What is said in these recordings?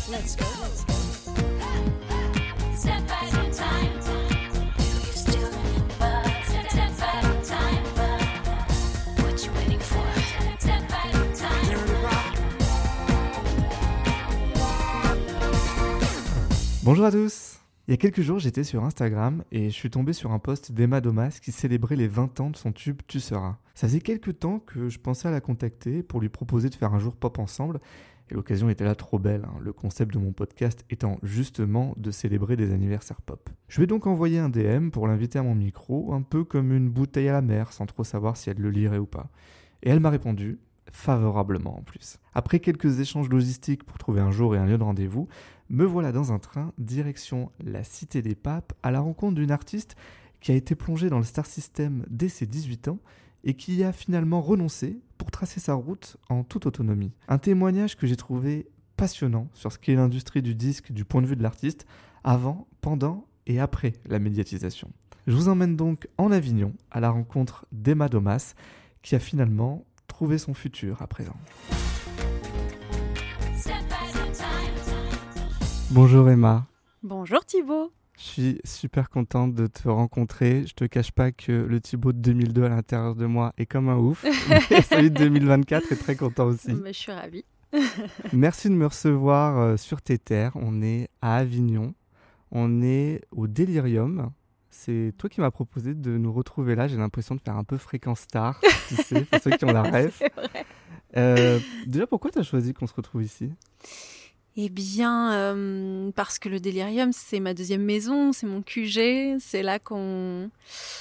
Let's go. Step back in time. Do you still remember? Step back in time. What you waiting for? Step back in time. Bonjour à tous. Il y a quelques jours, j'étais sur Instagram et je suis tombé sur un post d'Emma Domas qui célébrait les 20 ans de son tube Tu seras. Ça faisait quelques temps que je pensais à la contacter pour lui proposer de faire un jour pop ensemble et l'occasion était là trop belle, le concept de mon podcast étant justement de célébrer des anniversaires pop. Je lui ai donc envoyé un DM pour l'inviter à mon micro, un peu comme une bouteille à la mer sans trop savoir si elle le lirait ou pas. Et elle m'a répondu, favorablement en plus. Après quelques échanges logistiques pour trouver un jour et un lieu de rendez-vous, me voilà dans un train, direction la Cité des Papes, à la rencontre d'une artiste qui a été plongée dans le star system dès ses 18 ans et qui y a finalement renoncé pour tracer sa route en toute autonomie. Un témoignage que j'ai trouvé passionnant sur ce qu'est l'industrie du disque du point de vue de l'artiste, avant, pendant et après la médiatisation. Je vous emmène donc en Avignon, à la rencontre d'Emma Domas, qui a finalement trouvé son futur à présent. Bonjour Emma. Bonjour Thibaut. Je suis super contente de te rencontrer. Je te cache pas que le Thibaut de 2002 à l'intérieur de moi est comme un ouf. Mais celui de 2024 est très content aussi. Mais je suis ravie. Merci de me recevoir sur tes terres. On est à Avignon. On est au Delirium. C'est toi qui m'as proposé de nous retrouver là. J'ai l'impression de faire un peu Fréquence Star, tu sais, pour ceux qui ont la ref. C'est vrai. Déjà, pourquoi tu as choisi qu'on se retrouve ici ? Eh bien, parce que le Delirium, c'est ma deuxième maison, c'est mon QG, c'est là qu'on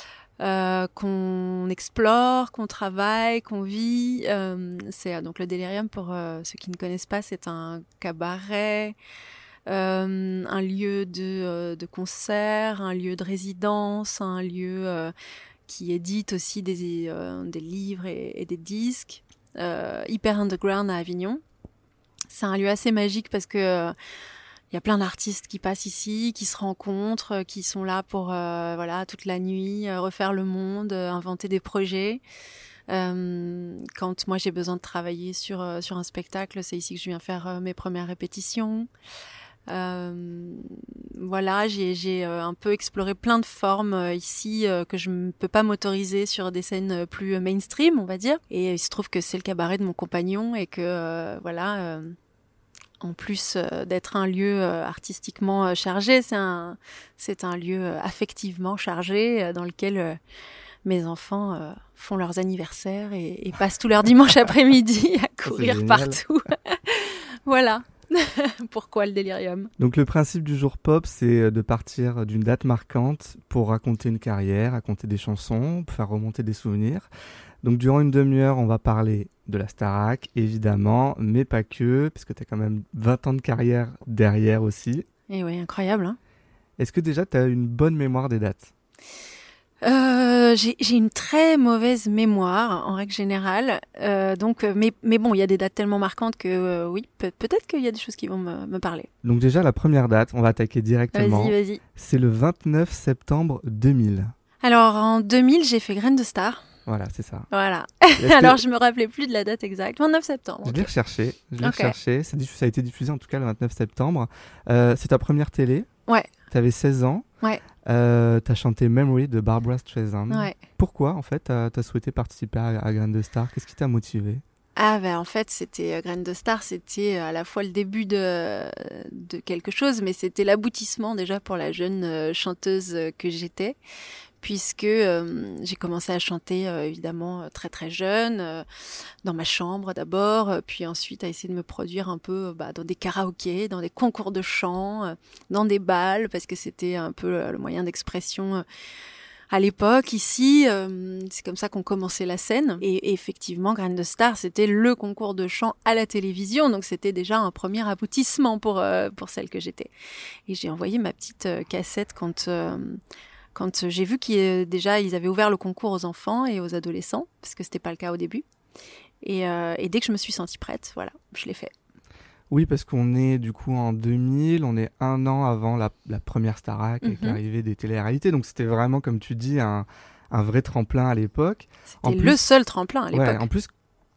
explore, qu'on travaille, qu'on vit. C'est donc le Delirium, pour ceux qui ne connaissent pas, c'est un cabaret, un lieu de concert, un lieu de résidence, un lieu qui édite aussi des livres et des disques, hyper underground à Avignon. C'est un lieu assez magique parce que y a plein d'artistes qui passent ici, qui se rencontrent, qui sont là pour toute la nuit, refaire le monde, inventer des projets. Quand moi j'ai besoin de travailler sur un spectacle, c'est ici que je viens faire mes premières répétitions. J'ai un peu exploré plein de formes ici que je ne peux pas m'autoriser sur des scènes plus mainstream, on va dire. Et il se trouve que c'est le cabaret de mon compagnon et que en plus d'être un lieu artistiquement chargé, c'est un lieu affectivement chargé dans lequel mes enfants font leurs anniversaires et passent tout leur dimanche après-midi à courir partout. Voilà. Pourquoi le Delirium ? Donc le principe du jour pop, c'est de partir d'une date marquante pour raconter une carrière, raconter des chansons, pour faire remonter des souvenirs. Donc durant une demi-heure, on va parler de la Starac, évidemment, mais pas que, parce que tu as quand même 20 ans de carrière derrière aussi. Et oui, incroyable. Hein ? Est-ce que déjà tu as une bonne mémoire des dates ? J'ai une très mauvaise mémoire en règle générale, mais bon, il y a des dates tellement marquantes que oui, peut-être qu'il y a des choses qui vont me parler. Donc déjà la première date, on va attaquer directement. Vas-y. C'est le 29 septembre 2000. Alors en 2000, j'ai fait Graines de Star. Voilà, c'est ça. Voilà. Alors je me rappelais plus de la date exacte. 29 septembre. Je l'ai recherché. Ça a été diffusé en tout cas le 29 septembre. C'est ta première télé. Ouais. T'avais 16 ans. Ouais. T'as chanté Memory de Barbra Streisand. Ouais. Pourquoi, en fait, t'as souhaité participer à Graines de Star ? Qu'est-ce qui t'a motivé ? En fait, c'était Graines de Star, c'était à la fois le début de quelque chose, mais c'était l'aboutissement déjà pour la jeune chanteuse que j'étais, puisque j'ai commencé à chanter évidemment très très jeune, dans ma chambre d'abord, puis ensuite à essayer de me produire un peu dans des karaokés, dans des concours de chant, dans des bals, parce que c'était un peu le moyen d'expression à l'époque, ici, c'est comme ça qu'on commençait la scène. Et effectivement, Graines de Star, c'était le concours de chant à la télévision. Donc, c'était déjà un premier aboutissement pour celle que j'étais. Et j'ai envoyé ma petite cassette quand j'ai vu ils avaient ouvert le concours aux enfants et aux adolescents, parce que c'était pas le cas au début. Et dès que je me suis sentie prête, voilà, je l'ai fait. Oui, parce qu'on est du coup en 2000, on est un an avant la première Starac avec l'arrivée des téléréalités. Donc c'était vraiment, comme tu dis, un vrai tremplin à l'époque. C'était le seul tremplin à l'époque. Ouais, en plus,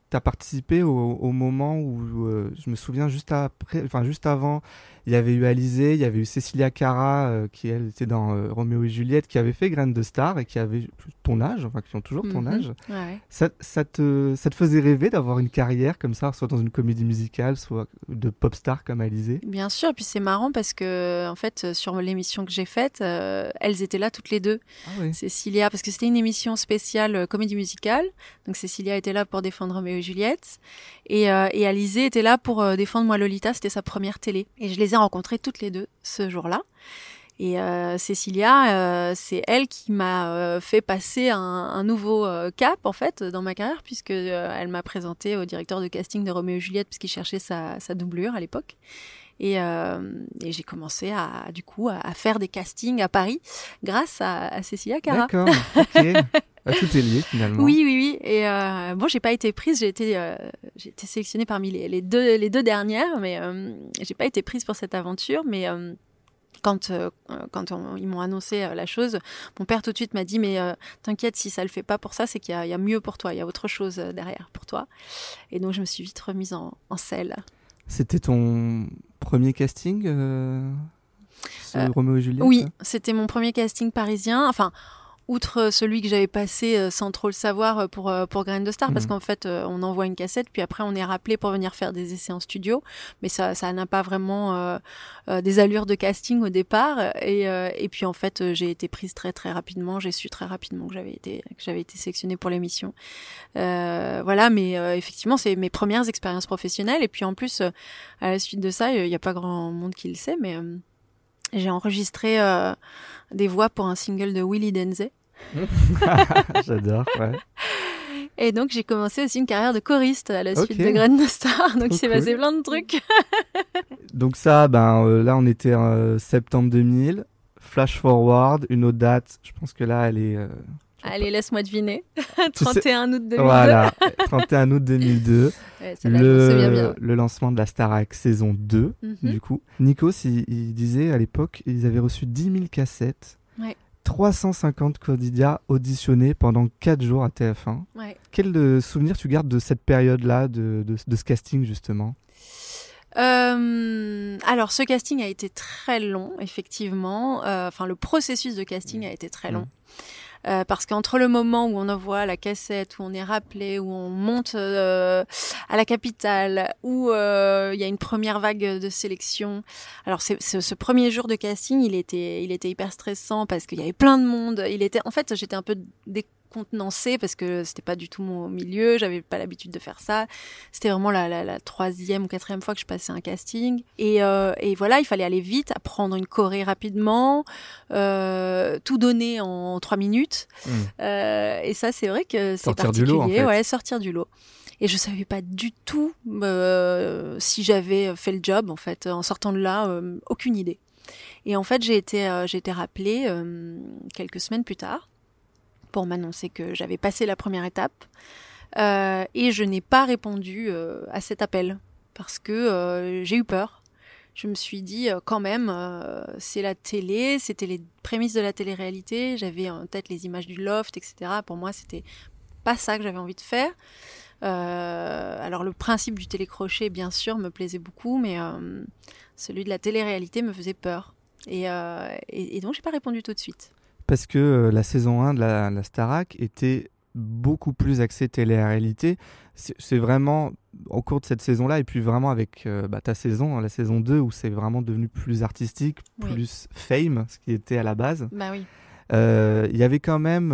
t'as participé au moment où, je me souviens, juste avant, il y avait eu Alizée, il y avait eu Cecilia Cara, qui elle était dans Roméo et Juliette, qui avait fait Graines de Star et qui avait ton âge, enfin qui ont toujours ton âge. Ouais. Ça te faisait rêver d'avoir une carrière comme ça, soit dans une comédie musicale, soit de pop star comme Alizée? Bien sûr, puis c'est marrant parce que en fait sur l'émission que j'ai faite, elles étaient là toutes les deux. Ah oui. Cécilia, parce que c'était une émission spéciale comédie musicale, donc Cécilia était là pour défendre Roméo et Juliette, et Alizée était là pour défendre Moi Lolita, c'était sa première télé, et je les ai rencontrées toutes les deux ce jour-là. Et Cécilia, c'est elle qui m'a fait passer un nouveau cap en fait dans ma carrière, puisque elle m'a présenté au directeur de casting de Roméo et Juliette puisqu'il cherchait sa doublure à l'époque. Et j'ai commencé à faire des castings à Paris grâce à Cécilia Cara. D'accord, ok. Tout est lié finalement. Oui. Et bon, j'ai pas été prise. J'ai été sélectionnée parmi les deux dernières, mais j'ai pas été prise pour cette aventure. Mais quand ils m'ont annoncé la chose, mon père tout de suite m'a dit mais t'inquiète, si ça le fait pas pour ça, c'est qu'il y a mieux pour toi, il y a autre chose derrière pour toi. Et donc je me suis vite remise en selle. C'était ton premier casting, Roméo et Juliette? Oui, c'était mon premier casting parisien. Enfin, outre celui que j'avais passé sans trop le savoir pour Graines de Star, parce qu'en fait, on envoie une cassette, puis après, on est rappelé pour venir faire des essais en studio. Mais ça n'a pas vraiment des allures de casting au départ. Et puis, en fait, j'ai été prise très, très rapidement. J'ai su très rapidement que j'avais été sélectionnée pour l'émission. Voilà, mais effectivement, c'est mes premières expériences professionnelles. Et puis, en plus, à la suite de ça, il n'y a pas grand monde qui le sait, mais j'ai enregistré des voix pour un single de Willy Denzey. J'adore, ouais. Et donc j'ai commencé aussi une carrière de choriste à la suite de Graines de Star, donc c'est passé plein de trucs. Donc ça, là on était en septembre 2000, flash forward, une autre date, je pense que là elle est... Allez, laisse-moi deviner, 31 août 2002. Voilà, 31 août 2002, ouais, je me souviens bien. Le lancement de la Starac saison 2, du coup. Nikos, il disait à l'époque, ils avaient reçu 10 000 cassettes. Ouais. 350 candidats auditionnés pendant 4 jours à TF1. Ouais. Quel souvenir tu gardes de cette période-là, de ce casting justement? Alors, ce casting a été très long, effectivement. Enfin, le processus de casting a été très long. Parce qu'entre le moment où on envoie la cassette, où on est rappelé, où on monte à la capitale, où il y a une première vague de sélection. Alors ce premier jour de casting, il était hyper stressant parce qu'il y avait plein de monde. En fait, j'étais un peu décontenancée parce que c'était pas du tout mon milieu, j'avais pas l'habitude de faire ça. C'était vraiment la 3e ou 4e fois que je passais un casting. Et voilà, il fallait aller vite, apprendre une choré rapidement, tout donner en 3 minutes. Et ça, c'est vrai que c'est sortir particulier. Du lot, en fait. Ouais, sortir du lot. Et je savais pas du tout si j'avais fait le job, en fait. En sortant de là, aucune idée. Et en fait, j'ai été rappelée quelques semaines plus tard pour m'annoncer que j'avais passé la première étape. Et je n'ai pas répondu à cet appel parce que j'ai eu peur. Je me suis dit, quand même, c'est la télé, c'était les prémices de la télé-réalité, j'avais en tête les images du loft, etc. Pour moi, c'était pas ça que j'avais envie de faire. Alors, le principe du télécrochet, bien sûr, me plaisait beaucoup, mais celui de la télé-réalité me faisait peur. Et donc, j'ai pas répondu tout de suite. Parce que la saison 1 de la Starac était beaucoup plus axée télé-réalité. C'est vraiment au cours de cette saison-là, et puis vraiment avec ta saison, la saison 2, où c'est vraiment devenu plus artistique, plus fame, ce qui était à la base. Bah oui. Il y avait quand même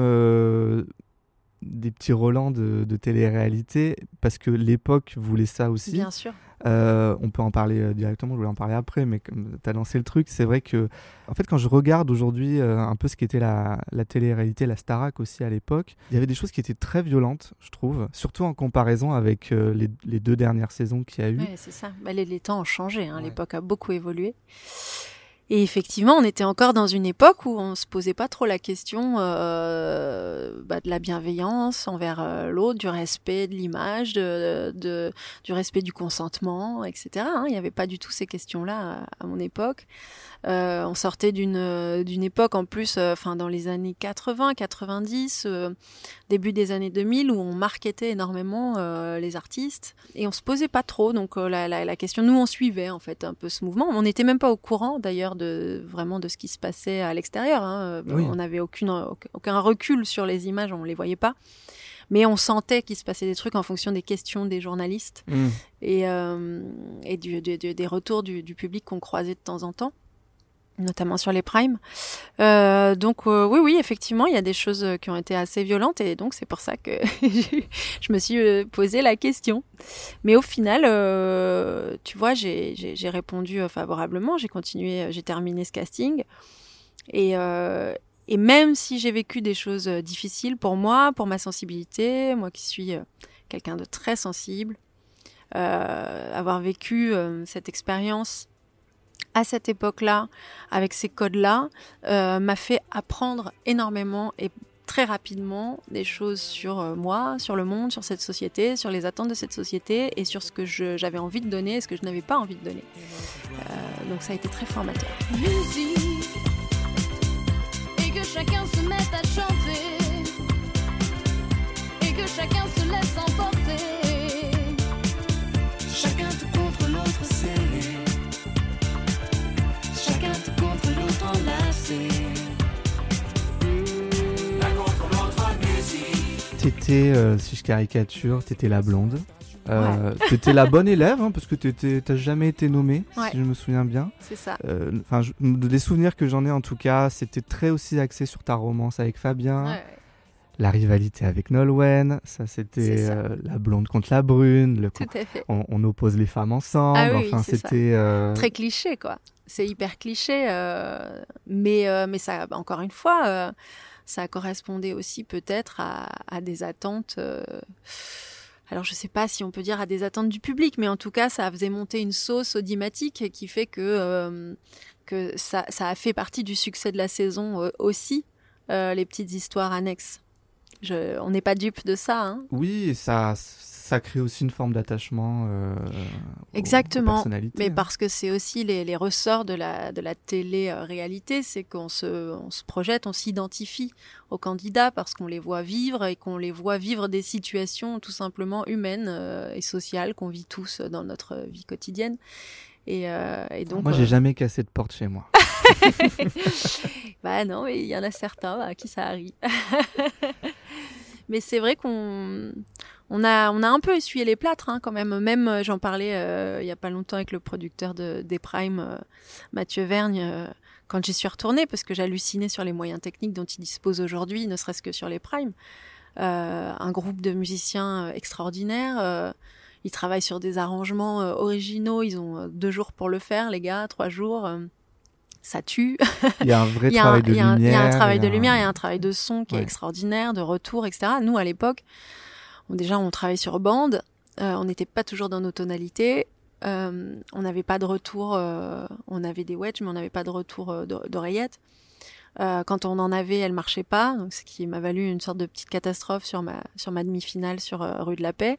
des petits relents de télé-réalité, parce que l'époque voulait ça aussi. Bien sûr. On peut en parler directement, je voulais en parler après, mais comme tu as lancé le truc, c'est vrai que en fait, quand je regarde aujourd'hui un peu ce qu'était la télé-réalité, la Starac aussi à l'époque, il y avait des choses qui étaient très violentes, je trouve, surtout en comparaison avec les 2 dernières saisons qu'il y a eu. Oui, c'est ça. Les temps ont changé, l'époque a beaucoup évolué. Et effectivement, on était encore dans une époque où on se posait pas trop la question de la bienveillance envers l'autre, du respect de l'image, du respect du consentement, etc. hein. Il n'y avait pas du tout ces questions-là à mon époque. On sortait d'une époque en plus, dans les années 80, 90, début des années 2000, où on marketait énormément les artistes et on se posait pas trop. Donc la question, nous on suivait en fait un peu ce mouvement. On n'était même pas au courant d'ailleurs vraiment de ce qui se passait à l'extérieur. Hein. Oui. On n'avait aucun recul sur les images, on les voyait pas. Mais on sentait qu'il se passait des trucs en fonction des questions des journalistes et des retours du public qu'on croisait de temps en temps, notamment sur les primes. Oui, effectivement, il y a des choses qui ont été assez violentes et donc c'est pour ça que je me suis posé la question. Mais au final, tu vois, j'ai répondu favorablement, j'ai continué, j'ai terminé ce casting et même si j'ai vécu des choses difficiles pour moi, pour ma sensibilité, moi qui suis quelqu'un de très sensible, avoir vécu cette expérience à cette époque-là, avec ces codes-là, m'a fait apprendre énormément et très rapidement des choses sur moi, sur le monde, sur cette société, sur les attentes de cette société et sur ce que j'avais envie de donner et ce que je n'avais pas envie de donner. Donc ça a été très formateur. Musique, et que chacun se mette à chanter, et que chacun se laisse emporter, chacun tout contre l'autre serré, chacun tout contre l'autre enlacé. L'un contre l'autre musique. T'étais, si je caricature, t'étais la blonde. T'étais la bonne élève, hein, parce que t'as jamais été nommée, Ouais. si je me souviens bien. C'est ça. Les souvenirs que j'en ai en tout cas, c'était très aussi axé sur ta romance avec Fabien, Ouais. la rivalité avec Nolwenn, ça c'était C'est ça. la blonde contre la brune, Tout à fait. on oppose les femmes ensemble, Ah oui, enfin c'est ça. c'était... Très cliché, quoi. C'est hyper cliché, mais ça, encore une fois, ça correspondait aussi peut-être à des attentes. Alors, je sais pas si on peut dire à des attentes du public, mais en tout cas, ça faisait monter une sauce audimatique qui fait que ça a fait partie du succès de la saison aussi, les petites histoires annexes. On n'est pas dupe de ça, hein. Oui, et ça crée aussi une forme d'attachement Exactement. aux personnalités. Mais parce que c'est aussi les ressorts de la télé-réalité, c'est qu'on se projette, on s'identifie aux candidats parce qu'on les voit vivre et qu'on les voit vivre des situations tout simplement humaines et sociales qu'on vit tous dans notre vie quotidienne. Et donc, Moi, j'ai jamais cassé de porte chez moi. bah non, mais il y en a certains à qui ça arrive. Mais c'est vrai qu'on a un peu essuyé les plâtres, hein, quand même. Même, j'en parlais il y a pas longtemps avec le producteur des Primes, Mathieu Vergne, quand j'y suis retournée, parce que j'hallucinais sur les moyens techniques dont il dispose aujourd'hui, ne serait-ce que sur les Primes. Un groupe de musiciens extraordinaires. Ils travaillent sur des arrangements originaux. Ils ont 2 jours pour le faire, les gars, 3 jours. Ça tue. Il y a un vrai travail de lumière. Il y a un travail de lumière, il y a un travail de son qui est Ouais. extraordinaire, de retour, etc. Nous, à l'époque, on travaillait sur bande, on n'était pas toujours dans nos tonalités, on n'avait pas de retour, on avait des wedges, mais on n'avait pas de retour d'oreillettes. Quand on en avait, elle marchait pas, donc ce qui m'a valu une sorte de petite catastrophe sur ma demi-finale sur rue de la Paix.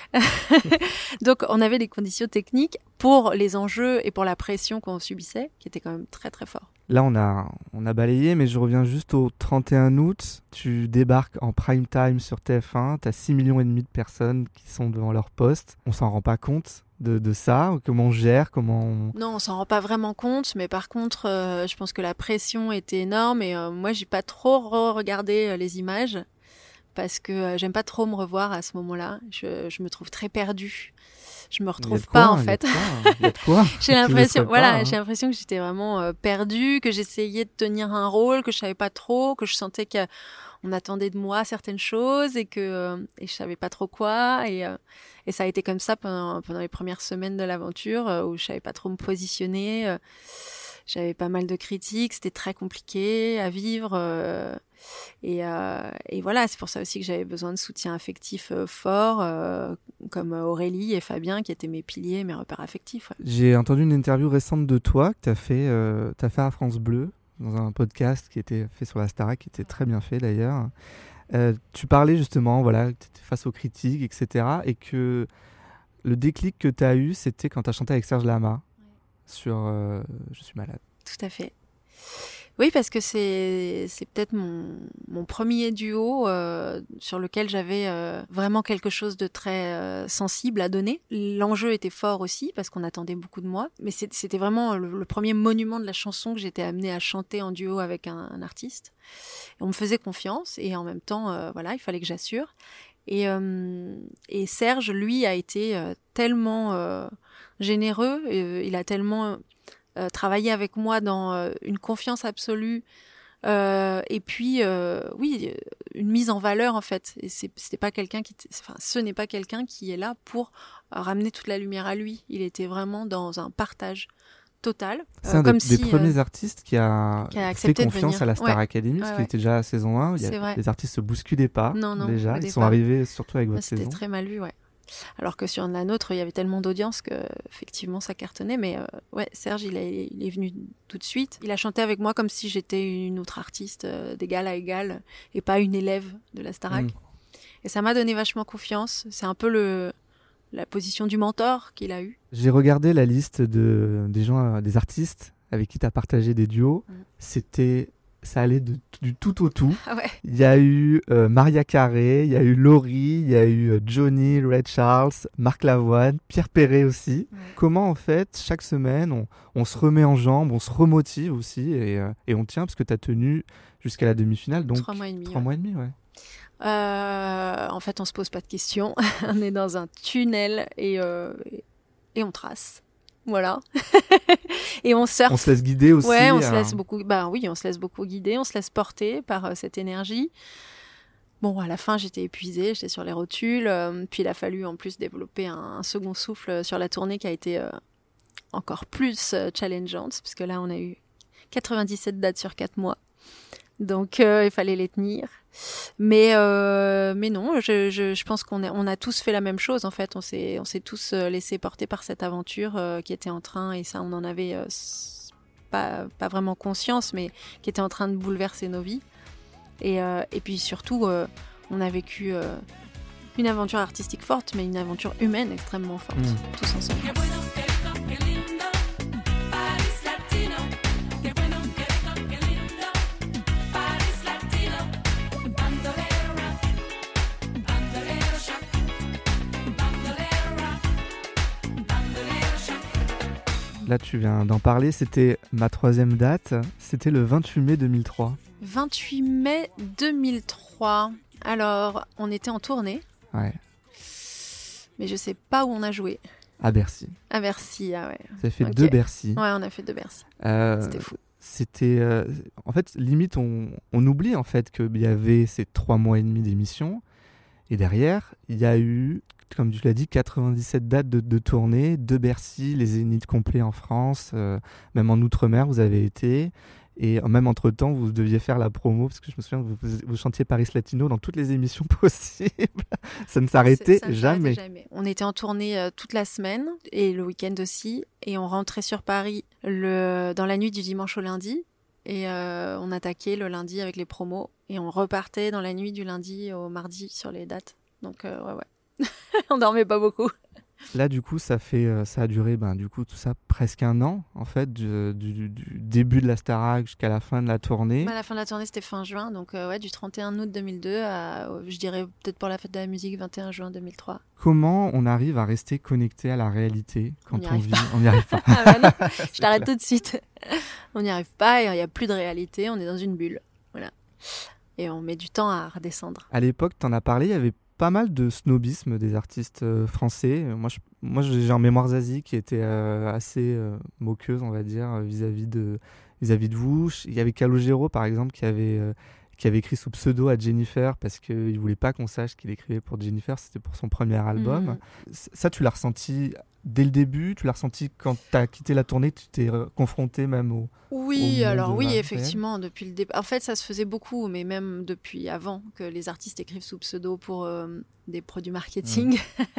Donc on avait des conditions techniques pour les enjeux et pour la pression qu'on subissait, qui était quand même très très fort. Là, on a balayé, mais je reviens juste au 31 août. Tu débarques en prime time sur TF1. Tu as 6,5 millions de personnes qui sont devant leur poste. On s'en rend pas compte de ça. Comment on gère, Non, on s'en rend pas vraiment compte, mais par contre, je pense que la pression était énorme et moi, j'ai pas trop regardé les images parce que j'aime pas trop me revoir à ce moment-là. Je me trouve très perdue. Je me retrouve pas en fait. Il y a de quoi. J'ai l'impression, j'ai l'impression que j'étais vraiment perdue, que j'essayais de tenir un rôle, que je savais pas trop, que je sentais qu'on attendait de moi certaines choses et que je savais pas trop quoi. Et ça a été comme ça pendant les premières semaines de l'aventure où je savais pas trop me positionner. J'avais pas mal de critiques, c'était très compliqué à vivre. Et voilà, c'est pour ça aussi que j'avais besoin de soutien affectif fort, comme Aurélie et Fabien qui étaient mes piliers, mes repères affectifs. Ouais. J'ai entendu une interview récente de toi que t'as fait à France Bleu, dans un podcast qui était fait sur la Starac, qui était très bien fait d'ailleurs. Tu parlais justement, voilà, que tu étais face aux critiques, etc. Et que le déclic que tu as eu, c'était quand tu as chanté avec Serge Lama sur Je suis malade. Tout à fait. Oui, parce que c'est peut-être mon premier duo sur lequel j'avais vraiment quelque chose de très sensible à donner. L'enjeu était fort aussi parce qu'on attendait beaucoup de moi, mais c'était vraiment le premier monument de la chanson que j'étais amenée à chanter en duo avec un artiste. Et on me faisait confiance et en même temps, voilà, il fallait que j'assure. Et Serge, lui, a été tellement généreux, il a tellement travaillé avec moi dans une confiance absolue et puis oui, une mise en valeur en fait. Et c'était pas quelqu'un ce n'est pas quelqu'un qui est là pour ramener toute la lumière à lui. Il était vraiment dans un partage total. C'est un comme des premiers artistes qui a fait accepté de confiance venir. à la Star Academy, parce qu'il était déjà à la saison 1. C'est vrai. Les artistes se bousculaient pas Non, déjà. au Ils départ. sont arrivés surtout avec votre C'était saison. très mal vu, ouais. Alors que sur la nôtre, il y avait tellement d'audience que effectivement ça cartonnait. Mais ouais, Serge, il est venu tout de suite. Il a chanté avec moi comme si j'étais une autre artiste d'égal à égal et pas une élève de la Starac. Et ça m'a donné vachement confiance. C'est un peu la position du mentor qu'il a eu. J'ai regardé la liste des artistes avec qui tu as partagé des duos. Ça allait du tout au tout. Ah ouais. Il y a eu Maria Carré, il y a eu Laurie, il y a eu Johnny, Ray Charles, Marc Lavoine, Pierre Perret aussi. Ouais. Comment en fait, chaque semaine, on se remet en jambes, on se remotive aussi et on tient, parce que tu as tenu jusqu'à la demi-finale. Donc 3 mois et demi. 3 mois et demi, ouais. En fait, on se pose pas de questions. On est dans un tunnel et on trace. Voilà. Et on surfe. On se laisse guider aussi. Ouais, on se laisse beaucoup. Bah oui, on se laisse beaucoup guider. On se laisse porter par cette énergie. Bon, à la fin, j'étais épuisée, j'étais sur les rotules. Puis il a fallu en plus développer un second souffle sur la tournée qui a été encore plus challengeante, parce que là, on a eu 97 dates sur 4 mois. Donc il fallait les tenir. Mais non, je pense qu'on a tous fait la même chose en fait. On s'est tous laissés porter par cette aventure qui était en train, et ça on en avait pas vraiment conscience, mais qui était en train de bouleverser nos vies. Et puis surtout, on a vécu une aventure artistique forte, mais une aventure humaine extrêmement forte, tous ensemble. Là, tu viens d'en parler, c'était ma 3e date, c'était le 28 mai 2003. 28 mai 2003. Alors, on était en tournée. Ouais. Mais je sais pas où on a joué. À Bercy. À Bercy, ah ouais. Ça fait 2 Bercy. Ouais, on a fait 2 Bercy. C'était fou. C'était... en fait, limite, on oublie en fait qu'il y avait ces 3 mois et demi d'émission. Et derrière, il y a eu, comme tu l'as dit, 97 dates de tournée, 2 Bercy, les Zéniths complets en France, même en Outre-mer, vous avez été. Et même entre-temps, vous deviez faire la promo, parce que je me souviens, vous chantiez Paris Latino dans toutes les émissions possibles. Ça ne s'arrêtait jamais. On était en tournée toute la semaine, et le week-end aussi, et on rentrait sur Paris dans la nuit du dimanche au lundi, et on attaquait le lundi avec les promos, et on repartait dans la nuit du lundi au mardi sur les dates. Donc ouais. On dormait pas beaucoup. Là, du coup, ça a duré, du coup, tout ça, presque 1 an, en fait, du début de la Starac jusqu'à la fin de la tournée. La fin de la tournée, c'était fin juin, donc ouais, du 31 août 2002 à, je dirais, peut-être pour la fête de la musique, 21 juin 2003. Comment on arrive à rester connecté à la réalité quand on vit ? On n'y arrive pas. Ah bah non, je t'arrête tout de suite. On n'y arrive pas, il n'y a plus de réalité, on est dans une bulle. Voilà. Et on met du temps à redescendre. À l'époque, tu en as parlé, il y avait pas mal de snobisme des artistes français. Moi, j'ai en mémoire Zazie qui était assez moqueuse, on va dire, vis-à-vis de vous. Il y avait Calogero, par exemple, qui qui avait écrit sous pseudo à Jennifer parce qu'il voulait pas qu'on sache qu'il écrivait pour Jennifer, c'était pour son premier album. Ça, tu l'as ressenti dès le début, tu l'as ressenti quand tu as quitté la tournée, tu t'es confronté même au Oui, monde alors oui, réel. effectivement, depuis le départ. En fait, ça se faisait beaucoup, mais même depuis avant que les artistes écrivent sous pseudo pour des produits marketing.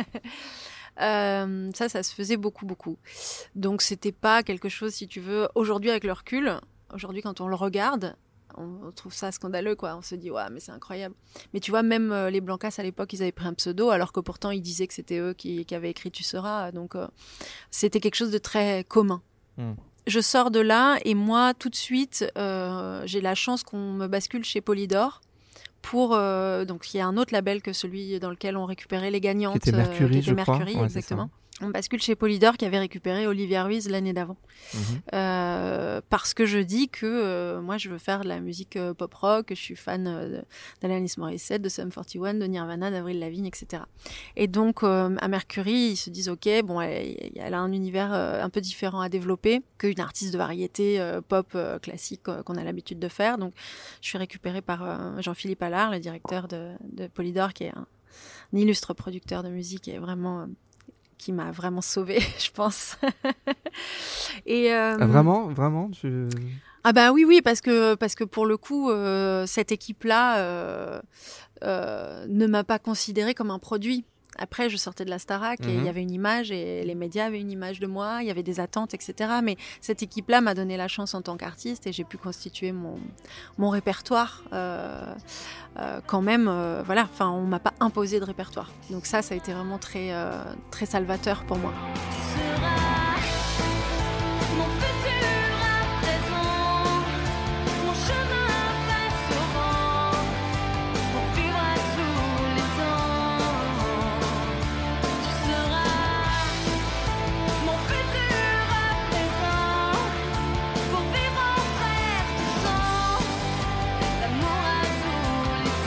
Ça se faisait beaucoup. Donc, c'était pas quelque chose, si tu veux, aujourd'hui avec le recul, aujourd'hui quand on le regarde, on trouve ça scandaleux, quoi. On se dit, ouais, mais c'est incroyable. Mais tu vois, même les Blancas à l'époque, ils avaient pris un pseudo, alors que pourtant ils disaient que c'était eux qui avaient écrit Tu seras. Donc, c'était quelque chose de très commun. Je sors de là et moi, tout de suite, j'ai la chance qu'on me bascule chez Polydor. Donc, il y a un autre label que celui dans lequel on récupérait les gagnantes. Qui était Mercury, je crois. Mercury, Ouais, exactement. On bascule chez Polydor qui avait récupéré Olivia Ruiz l'année d'avant. Parce que je dis que moi, je veux faire de la musique pop-rock, je suis fan d'Alanis Morissette, de Sum 41, de Nirvana, d'Avril Lavigne, etc. Et donc, à Mercury, ils se disent, OK, bon, elle a un univers un peu différent à développer qu'une artiste de variété pop classique qu'on a l'habitude de faire. Donc, je suis récupérée par Jean-Philippe Allard, le directeur de Polydor, qui est un illustre producteur de musique et vraiment... qui m'a vraiment sauvée, je pense. Et Vraiment Ah bah oui, parce que pour le coup, cette équipe-là ne m'a pas considérée comme un produit. Après, je sortais de la Starac et il y avait une image et les médias avaient une image de moi, il y avait des attentes, etc. Mais cette équipe-là m'a donné la chance en tant qu'artiste et j'ai pu constituer mon répertoire quand même. Voilà, enfin, on m'a pas imposé de répertoire. Donc ça a été vraiment très, très salvateur pour moi. Tu seras mon futur à présent, mon chemin face au vent, pour vivre à tous les temps. Tu seras mon futur à présent, pour vivre en frère de sang, l'amour à tous les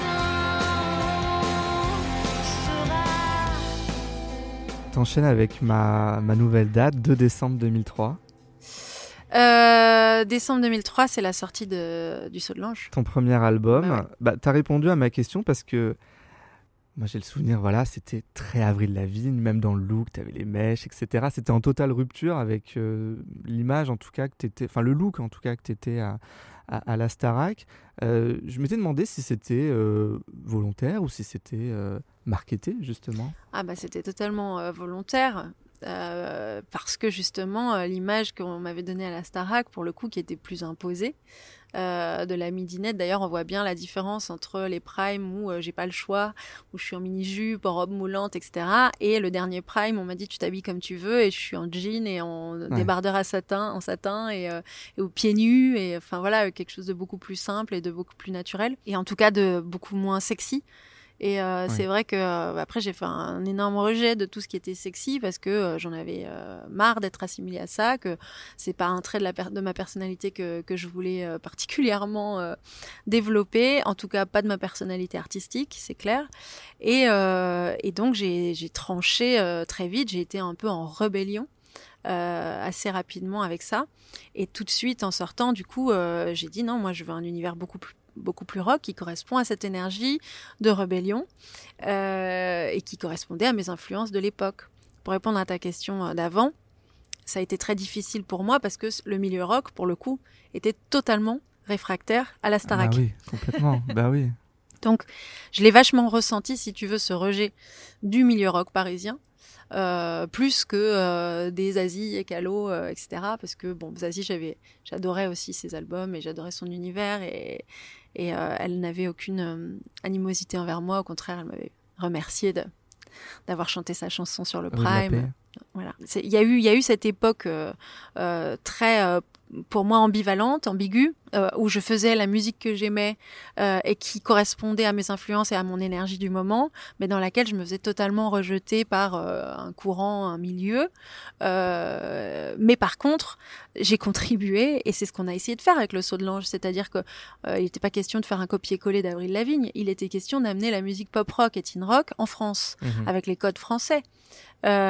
temps. Tu seras. T'enchaînes avec ma nouvelle date, 2 décembre 2003. Décembre 2003, c'est la sortie du Saut de l'Ange. Ton premier album. Ouais. Bah, t'as répondu à ma question parce que moi j'ai le souvenir, voilà, c'était très Avril Lavigne, même dans le look, t'avais les mèches, etc. C'était en totale rupture avec l'image en tout cas que t'étais, enfin le look en tout cas que t'étais à la Starac. Je m'étais demandé si c'était volontaire ou si c'était marketé justement. Ah bah c'était totalement volontaire. Parce que justement l'image qu'on m'avait donnée à la Starac, pour le coup, qui était plus imposée, de la midinette. D'ailleurs, on voit bien la différence entre les primes où j'ai pas le choix, où je suis en mini-jupe, en robe moulante, etc. Et le dernier prime, on m'a dit tu t'habilles comme tu veux, et je suis en jean et en débardeur en satin et aux pieds nus, et enfin voilà, quelque chose de beaucoup plus simple et de beaucoup plus naturel, et en tout cas de beaucoup moins sexy. Et c'est vrai que après j'ai fait un énorme rejet de tout ce qui était sexy parce que j'en avais marre d'être assimilée à ça, que c'est pas un trait de ma personnalité que je voulais particulièrement développer, en tout cas pas de ma personnalité artistique, c'est clair. Et donc j'ai tranché très vite, j'ai été un peu en rébellion. Assez rapidement avec ça, et tout de suite en sortant, du coup j'ai dit non, moi je veux un univers beaucoup plus rock qui correspond à cette énergie de rébellion et qui correspondait à mes influences de l'époque. Pour répondre à ta question d'avant, ça a été très difficile pour moi parce que le milieu rock, pour le coup, était totalement réfractaire à la Starac. Bah oui, complètement. Bah oui. Donc, je l'ai vachement ressenti, si tu veux, ce rejet du milieu rock parisien. Plus que des Zazie et Calo, etc. Parce que bon, Zazie, j'adorais aussi ses albums et j'adorais son univers, et elle n'avait aucune animosité envers moi. Au contraire, elle m'avait remercié d'avoir chanté sa chanson sur le Prime. Voilà. Il y a eu cette époque très, pour moi, ambivalente, ambiguë, où je faisais la musique que j'aimais et qui correspondait à mes influences et à mon énergie du moment, mais dans laquelle je me faisais totalement rejeter par un courant, un milieu. Mais par contre, j'ai contribué, et c'est ce qu'on a essayé de faire avec le Saut de l'Ange, c'est-à-dire que il n'était pas question de faire un copier-coller d'Avril Lavigne, il était question d'amener la musique pop-rock et teen rock en France, avec les codes français. Alors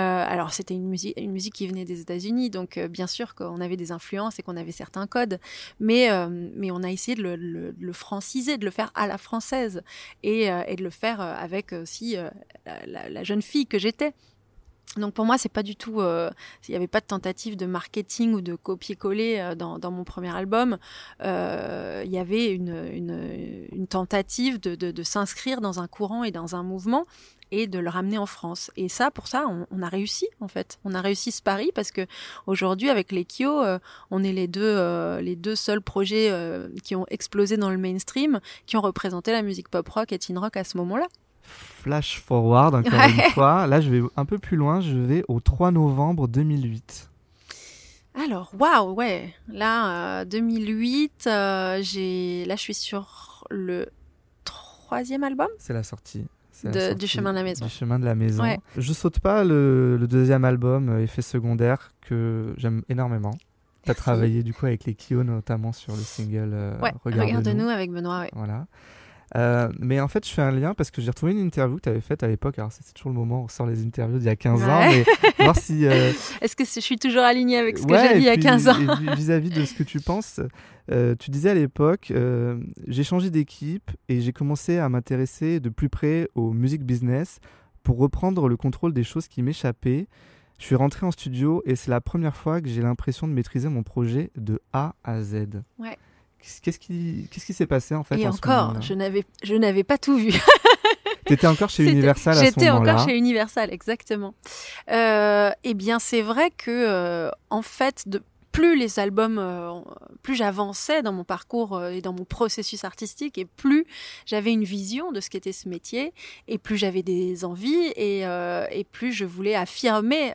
alors c'était une musique qui venait des États-Unis, donc bien sûr qu'on avait des influences et qu'on avait certains codes, mais on a essayé de le franciser, de le faire à la française et de le faire avec aussi la jeune fille que j'étais. Donc pour moi, c'est pas du tout, il n'y avait pas de tentative de marketing ou de copier-coller dans mon premier album. Il y avait une tentative de s'inscrire dans un courant et dans un mouvement et de le ramener en France. Et ça, pour ça, on a réussi en fait. On a réussi ce pari parce que aujourd'hui, avec les Kyo, on est les deux seuls projets qui ont explosé dans le mainstream, qui ont représenté la musique pop rock et teen rock à ce moment-là. Flash forward, encore une fois. Là, je vais un peu plus loin. Je vais au 3 novembre 2008. Alors, waouh, ouais. Là, 2008, là, je suis sur le 3e album. C'est la sortie. Du chemin de la maison. Du chemin de la maison. Ouais. Je saute pas le 2e album, Effet secondaire, que j'aime énormément. Tu as travaillé du coup avec les Kyo, notamment sur le single Regarde-nous avec Benoît. Ouais. Voilà. Mais en fait, je fais un lien parce que j'ai retrouvé une interview que tu avais faite à l'époque. Alors, c'est toujours le moment où on sort les interviews d'il y a 15 ans, mais voir si. Est-ce que je suis toujours alignée avec ce que j'ai dit il y a 15 ans? Et puis, vis-à-vis de ce que tu penses, tu disais à l'époque, j'ai changé d'équipe et j'ai commencé à m'intéresser de plus près au music business pour reprendre le contrôle des choses qui m'échappaient. Je suis rentré en studio et c'est la première fois que j'ai l'impression de maîtriser mon projet de A à Z. Ouais. Qu'est-ce qui s'est passé en fait? Et encore, je n'avais pas tout vu. T'étais encore chez Universal à ce moment-là. J'étais encore chez Universal, exactement. Eh bien, c'est vrai que, en fait, plus les albums, plus j'avançais dans mon parcours et dans mon processus artistique, et plus j'avais une vision de ce qu'était ce métier, et plus j'avais des envies, et plus je voulais affirmer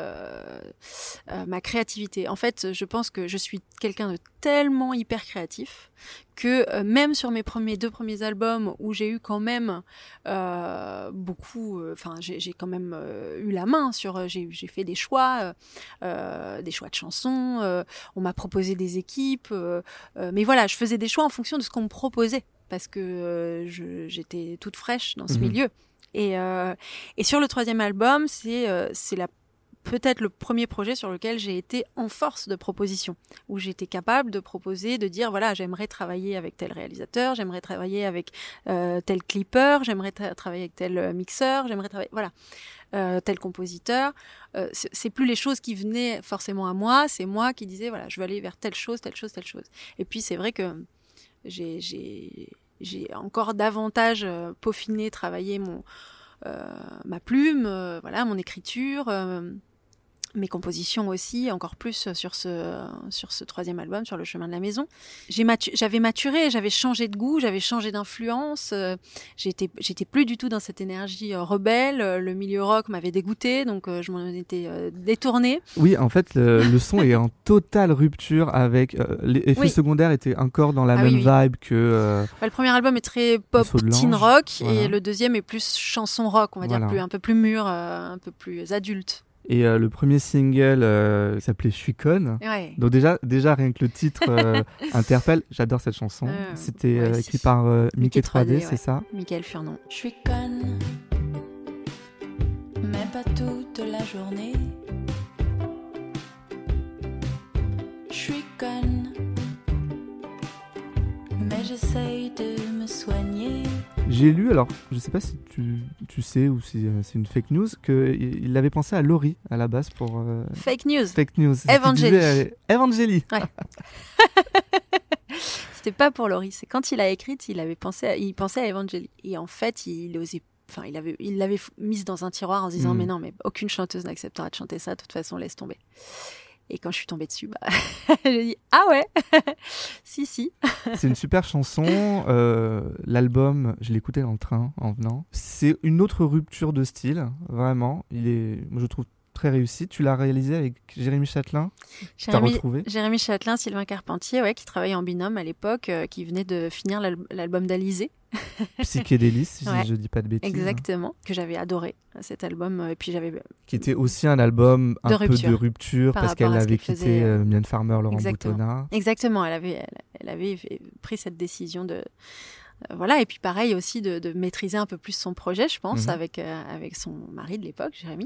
ma créativité. En fait, je pense que je suis quelqu'un de tellement hyper créatif que même sur mes deux premiers albums où j'ai eu quand même j'ai quand même eu la main sur, j'ai fait des choix de chansons, on m'a proposé des équipes, mais voilà, je faisais des choix en fonction de ce qu'on me proposait parce que j'étais toute fraîche dans ce milieu. Et sur le 3e album, c'est peut-être le premier projet sur lequel j'ai été en force de proposition, où j'étais capable de proposer, de dire voilà, j'aimerais travailler avec tel réalisateur, j'aimerais travailler avec tel clipper, j'aimerais travailler avec tel mixeur, j'aimerais travailler, voilà, tel compositeur. C'est plus les choses qui venaient forcément à moi, c'est moi qui disais voilà, je veux aller vers telle chose, telle chose, telle chose. Et puis c'est vrai que j'ai encore davantage peaufiné, travaillé ma plume, voilà, mon écriture, mes compositions aussi, encore plus sur ce 3e album, sur le chemin de la maison. J'avais maturé, j'avais changé de goût, j'avais changé d'influence, j'étais plus du tout dans cette énergie rebelle, le milieu rock m'avait dégoûté, donc je m'en étais détournée. Oui, en fait, le son est en totale rupture avec... L'effet secondaire était encore dans la même vibe que... le premier album est très pop teen rock, et le 2e est plus chanson rock, on va dire, un peu plus mûr, un peu plus adulte. Et le premier single s'appelait Je suis conne. Ouais. Donc déjà rien que le titre interpelle. J'adore cette chanson. C'était écrit par Mickey 3D, c'est ça? Michael Furnon. Je suis conne, mais pas toute la journée. Je suis conne, mais j'essaye de me soigner. J'ai lu, alors je sais pas si tu sais ou si c'est une fake news, qu'il avait pensé à Laurie à la base pour... Fake news. Fake news. Evangélie. Ouais. C'était pas pour Laurie, c'est quand il a écrit, il pensait à Evangélie. Et en fait, il l'avait mise dans un tiroir en se disant mais aucune chanteuse n'acceptera de chanter ça, de toute façon, laisse tomber. Et quand je suis tombée dessus, j'ai dit ah ouais, si. C'est une super chanson. L'album, je l'écoutais dans le train en venant. C'est une autre rupture de style, vraiment. Moi, je trouve très réussi. Tu l'as réalisé avec Jérémy Châtelain. Jérémy Châtelain, Sylvain Carpentier, qui travaillait en binôme à l'époque, qui venait de finir l'album d'Alizé. Psychédélis, si je dis pas de bêtises. Exactement, que j'avais adoré cet album. Et puis qui était aussi un album peu de rupture parce qu'elle avait quitté Mylène Farmer, Laurent Boutonnat. Exactement, elle avait pris cette décision Voilà, et puis pareil aussi de maîtriser un peu plus son projet, je pense, Mhm. avec son mari de l'époque, Jérémy.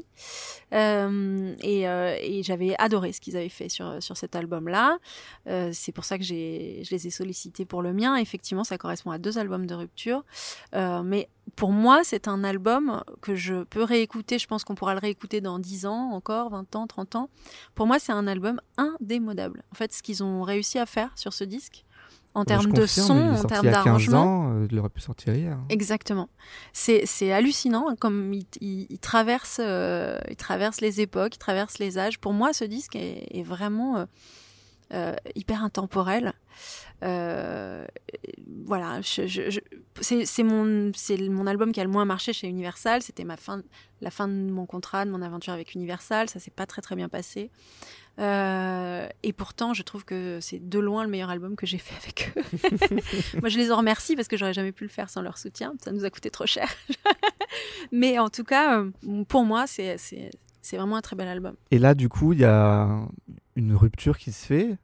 Et j'avais adoré ce qu'ils avaient fait sur cet album-là. C'est pour ça que je les ai sollicités pour le mien. Effectivement, ça correspond à 2 albums de rupture. Mais pour moi, c'est un album que je peux réécouter. Je pense qu'on pourra le réécouter dans 10 ans encore, 20 ans, 30 ans. Pour moi, c'est un album indémodable. En fait, ce qu'ils ont réussi à faire sur ce disque, en termes Je de confirme, son, il est en sorti termes il y a 15 d'arrangement. ans, il aurait pu sortir hier. Exactement. C'est hallucinant, hein, comme il traverse les époques, il traverse les âges. Pour moi, ce disque est vraiment hyper intemporel. Voilà, c'est mon album qui a le moins marché chez Universal. C'était la fin de mon contrat, de mon aventure avec Universal. Ça s'est pas très très bien passé. Et pourtant, je trouve que c'est de loin le meilleur album que j'ai fait avec eux. Moi, je les en remercie parce que j'aurais jamais pu le faire sans leur soutien. Ça nous a coûté trop cher. Mais en tout cas, pour moi, c'est vraiment un très bel album. Et là, du coup, il y a une rupture qui se fait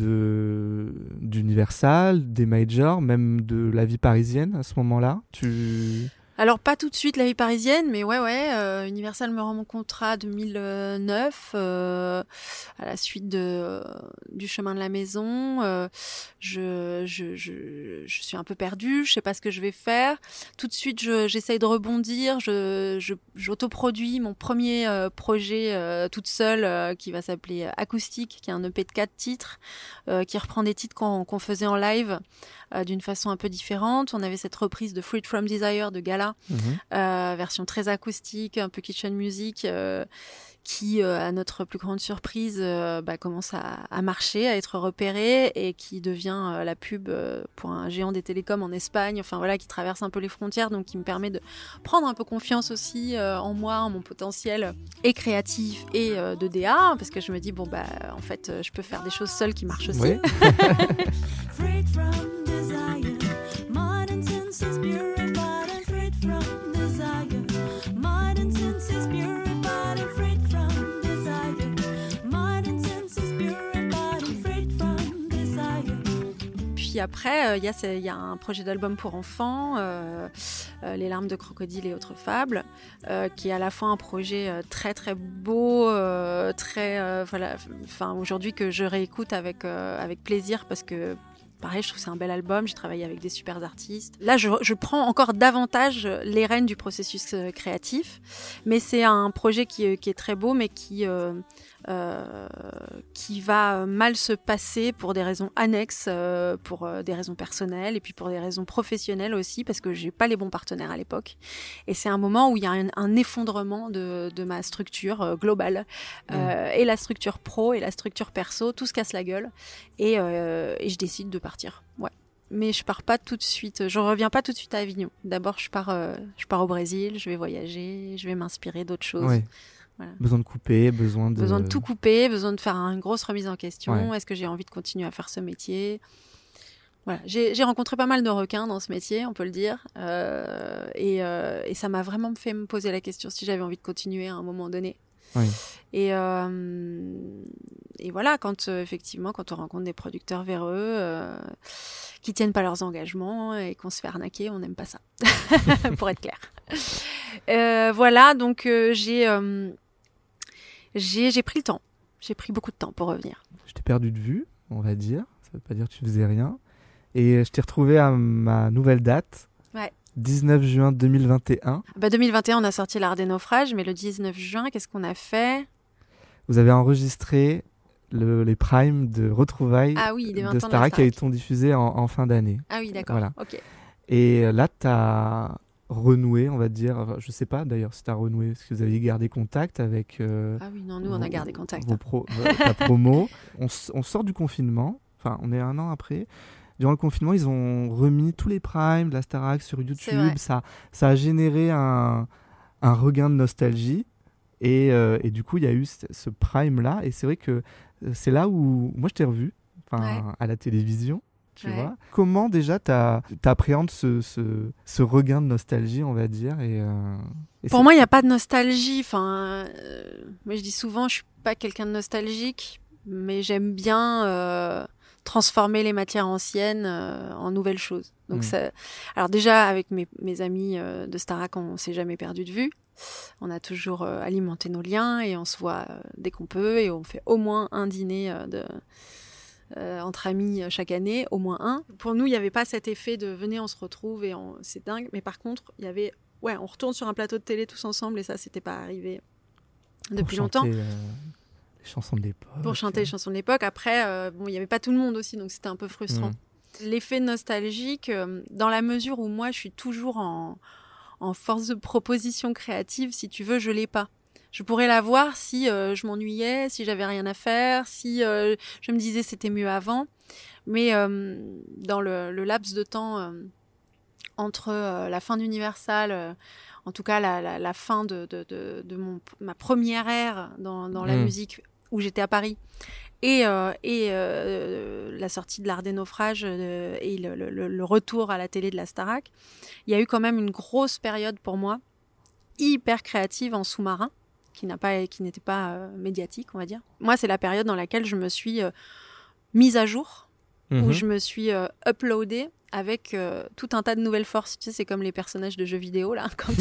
d'Universal, des majors, même de la vie parisienne à ce moment-là. Alors, pas tout de suite la vie parisienne, mais ouais, Universal me rend mon contrat 2009, à la suite du chemin de la maison. Je suis un peu perdue, je sais pas ce que je vais faire. Tout de suite, j'essaye de rebondir, j'autoproduis mon premier projet toute seule, qui va s'appeler Acoustique, qui est un EP de 4 titres, qui reprend des titres qu'on faisait en live d'une façon un peu différente. On avait cette reprise de Freed From Desire de Gala, version très acoustique, un peu kitchen music, qui, à notre plus grande surprise, commence à marcher, à être repérée et qui devient la pub pour un géant des télécoms en Espagne, enfin voilà, qui traverse un peu les frontières, donc qui me permet de prendre un peu confiance aussi en moi, en mon potentiel et créatif et de DA, parce que je me dis, en fait, je peux faire des choses seule qui marchent aussi. Oui. Freed from desire, mind and senses purified and freed from desire. Mind and senses purified and freed from desire. Mind and senses purified and freed from desire. Puis après, il y a un projet d'album pour enfants, Les larmes de crocodile et autres fables, qui est à la fois un projet très très beau, voilà, enfin aujourd'hui que je réécoute avec plaisir parce que pareil, je trouve que c'est un bel album, j'ai travaillé avec des super artistes. Là, je prends encore davantage les rênes du processus créatif, mais c'est un projet qui est très beau, mais qui va mal se passer pour des raisons annexes, pour des raisons personnelles et puis pour des raisons professionnelles aussi, parce que j'ai pas les bons partenaires à l'époque. Et c'est un moment où il y a un effondrement de ma structure globale, et la structure pro et la structure perso, tout se casse la gueule, et je décide de partir. Ouais. Mais je pars pas tout de suite. Je reviens pas tout de suite à Avignon. D'abord, je pars au Brésil. Je vais voyager. Je vais m'inspirer d'autres choses. Ouais. Voilà. Besoin de couper, besoin de tout couper, besoin de faire une grosse remise en question. Ouais. Est-ce que j'ai envie de continuer à faire ce métier ? Voilà. J'ai rencontré pas mal de requins dans ce métier, on peut le dire, et ça m'a vraiment fait me poser la question si j'avais envie de continuer à un moment donné. Oui. Et voilà, effectivement, quand on rencontre des producteurs véreux qui tiennent pas leurs engagements et qu'on se fait arnaquer, on n'aime pas ça, pour être clair. Voilà, donc j'ai pris le temps. J'ai pris beaucoup de temps pour revenir. Je t'ai perdu de vue, on va dire. Ça veut pas dire que tu faisais rien. Et je t'ai retrouvé à ma nouvelle date. Ouais. 19 juin 2021. 2021, on a sorti L'Art des naufrages, mais le 19 juin, qu'est-ce qu'on a fait ? Vous avez enregistré les primes de retrouvailles des 20 de ans Starac qui été diffusés en fin d'année. Ah oui, d'accord. Voilà. Ok. Et là, tu as renoué, on va dire. Enfin, je sais pas d'ailleurs si tu as renoué, parce que vous aviez gardé contact avec. Ah oui, non, nous, on a gardé contact. Ta promo. On sort du confinement. Enfin, on est 1 an après. Durant le confinement, ils ont remis tous les primes de la Starac sur YouTube. Ça a généré un regain de nostalgie. Et du coup, il y a eu ce prime-là. Et c'est vrai que c'est là où moi, je t'ai revu à la télévision. Tu vois. Comment déjà t'appréhendes ce regain de nostalgie, on va dire, et Pour moi, il n'y a pas de nostalgie. Moi, je dis souvent, je suis pas quelqu'un de nostalgique, mais j'aime bien transformer les matières anciennes en nouvelles choses. Donc alors déjà avec mes amis de Starac, on s'est jamais perdu de vue. On a toujours alimenté nos liens et on se voit dès qu'on peut et on fait au moins un dîner entre amis chaque année, au moins un. Pour nous, il n'y avait pas cet effet de venez, on se retrouve et c'est dingue. Mais par contre, il y avait on retourne sur un plateau de télé tous ensemble et ça, c'était pas arrivé depuis longtemps. Les chansons de l'époque. Pour chanter les chansons de l'époque. Après, il n'y avait pas tout le monde aussi, donc c'était un peu frustrant. L'effet nostalgique, dans la mesure où moi, je suis toujours en force de proposition créative, si tu veux, je l'ai pas. Je pourrais l'avoir si je m'ennuyais, si j'avais rien à faire, si je me disais c'était mieux avant. Mais dans le laps de temps entre la fin d'Universal, en tout cas la fin de ma première ère dans la musique où j'étais à Paris, et la sortie de l'Art des naufrages et le retour à la télé de la Starac, il y a eu quand même une grosse période pour moi, hyper créative en sous-marin, qui n'était pas médiatique, on va dire. Moi, c'est la période dans laquelle je me suis mise à jour, où je me suis uploadée avec tout un tas de nouvelles forces. Tu sais, c'est comme les personnages de jeux vidéo, là, quand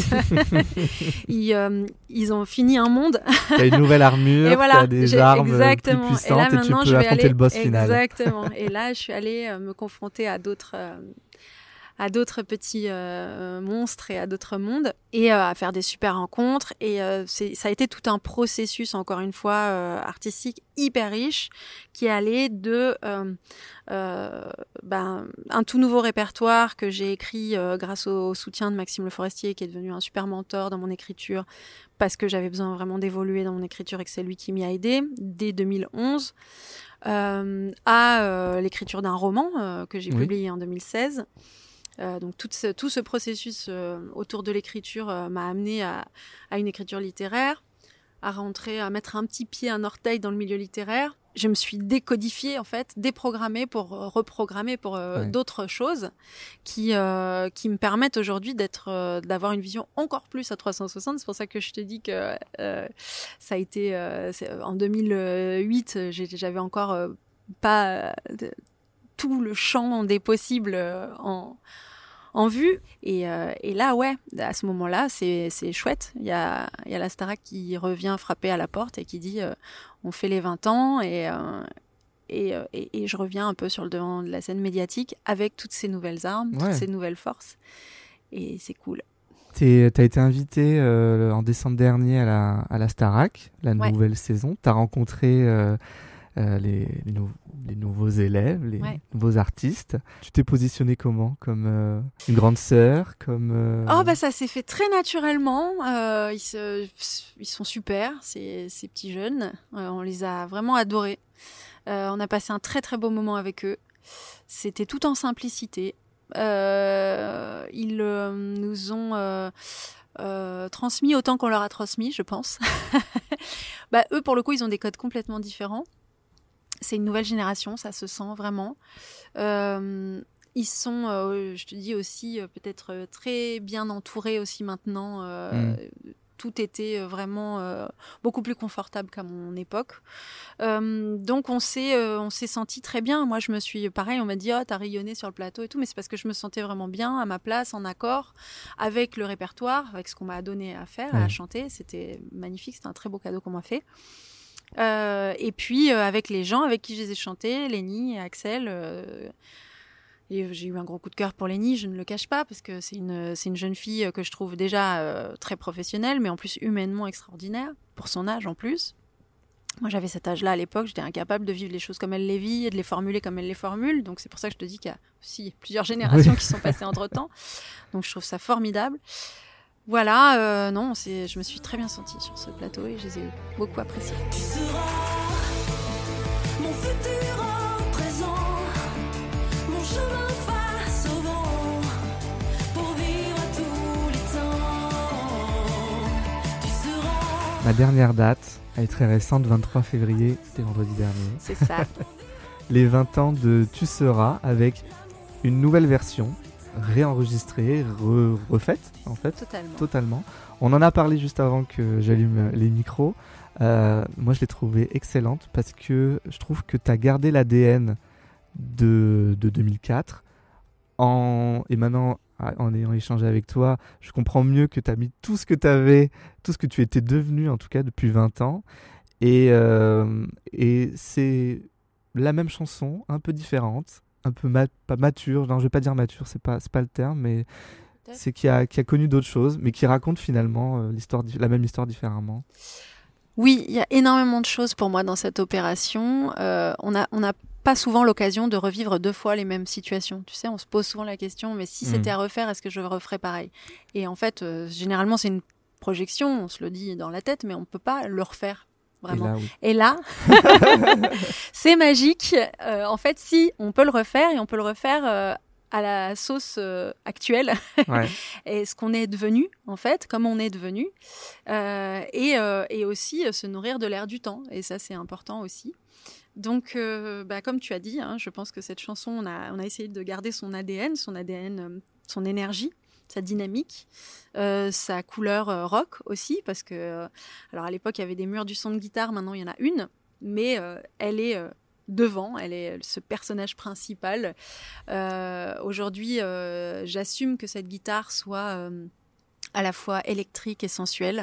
ils ont fini un monde. T'as une nouvelle armure, t'as des armes plus puissantes et tu peux affronter le boss final. Exactement. Et là, je suis allée me confronter à d'autres petits monstres et à d'autres mondes et à faire des super rencontres. Et ça a été tout un processus, encore une fois, artistique hyper riche qui allait de un tout nouveau répertoire que j'ai écrit grâce au soutien de Maxime Le Forestier, qui est devenu un super mentor dans mon écriture parce que j'avais besoin vraiment d'évoluer dans mon écriture et que c'est lui qui m'y a aidé dès 2011, à l'écriture d'un roman que j'ai publié en 2016. Donc tout ce processus autour de l'écriture m'a amené à une écriture littéraire, à mettre un petit pied, un orteil dans le milieu littéraire. Je me suis décodifiée, en fait, déprogrammée pour reprogrammer pour d'autres choses qui me permettent aujourd'hui d'avoir une vision encore plus à 360. C'est pour ça que je te dis que ça a été en 2008, j'avais encore pas tout le champ des possibles en vue. Et là, à ce moment-là, c'est chouette. Il y a la Starac qui revient frapper à la porte et qui dit on fait les 20 ans et je reviens un peu sur le devant de la scène médiatique avec toutes ces nouvelles armes, toutes ces nouvelles forces. Et c'est cool. T'as été invité en décembre dernier à la Starac, la nouvelle saison. T'as rencontré les nouveaux élèves, les nouveaux artistes. Tu t'es positionnée comment ? Comme une grande sœur, comme ça s'est fait très naturellement. Ils sont super, ces petits jeunes. On les a vraiment adorés. On a passé un très très beau moment avec eux. C'était tout en simplicité. Ils nous ont transmis autant qu'on leur a transmis, je pense. Eux, pour le coup, ils ont des codes complètement différents. C'est une nouvelle génération, ça se sent vraiment. Ils sont, je te dis aussi, peut-être très bien entourés aussi maintenant. Tout était vraiment beaucoup plus confortable qu'à mon époque. Donc on s'est senti très bien. Moi, je me suis, pareil, on m'a dit « Oh, t'as rayonné sur le plateau et tout », mais c'est parce que je me sentais vraiment bien, à ma place, en accord, avec le répertoire, avec ce qu'on m'a donné à faire, à chanter. C'était magnifique, c'était un très beau cadeau qu'on m'a fait. Et puis avec les gens avec qui je les ai chantés, Lénie et Axel, et j'ai eu un gros coup de cœur pour Lénie, je ne le cache pas, parce que c'est une jeune fille que je trouve déjà très professionnelle, mais en plus humainement extraordinaire, pour son âge en plus. Moi j'avais cet âge-là à l'époque, j'étais incapable de vivre les choses comme elle les vit et de les formuler comme elle les formule, donc c'est pour ça que je te dis qu'il y a aussi plusieurs générations qui sont passées entre-temps, donc je trouve ça formidable. Voilà, je me suis très bien sentie sur ce plateau et je les ai beaucoup appréciés. Tu seras mon futur présent, mon chemin face au vent, pour vivre à tous les temps. Tu seras... Ma dernière date, elle est très récente, 23 février, c'était vendredi dernier. C'est ça. Les 20 ans de Tu seras, avec une nouvelle version, réenregistrée, refaite en fait. Totalement. On en a parlé juste avant que j'allume les micros. Moi je l'ai trouvée excellente parce que je trouve que tu as gardé l'ADN de 2004. Et maintenant, en ayant échangé avec toi, je comprends mieux que tu as mis tout ce que tu avais, tout ce que tu étais devenu, en tout cas, depuis 20 ans. Et c'est la même chanson, un peu différente, un peu pas mature. Non, je vais pas dire mature, c'est pas le terme, mais c'est qui a connu d'autres choses, mais qui raconte finalement la même histoire différemment. Oui, il y a énormément de choses pour moi dans cette opération. On n'a pas souvent l'occasion de revivre 2 fois les mêmes situations. Tu sais, on se pose souvent la question, mais si c'était à refaire, est-ce que je referais pareil ? Et en fait, généralement, c'est une projection, on se le dit dans la tête, mais on ne peut pas le refaire. Vraiment. Et là, c'est magique. En fait, si, on peut le refaire, et on peut le refaire à la sauce actuelle. Ouais. Et ce qu'on est devenu, en fait, comme on est devenu. Et aussi se nourrir de l'air du temps. Et ça, c'est important aussi. Donc, comme tu as dit, je pense que cette chanson, on a essayé de garder son ADN, son énergie, sa dynamique, sa couleur rock aussi, parce que, alors à l'époque, il y avait des murs du son de guitare, maintenant il y en a une, mais elle est devant, elle est ce personnage principal. Aujourd'hui, j'assume que cette guitare soit à la fois électrique et sensuelle.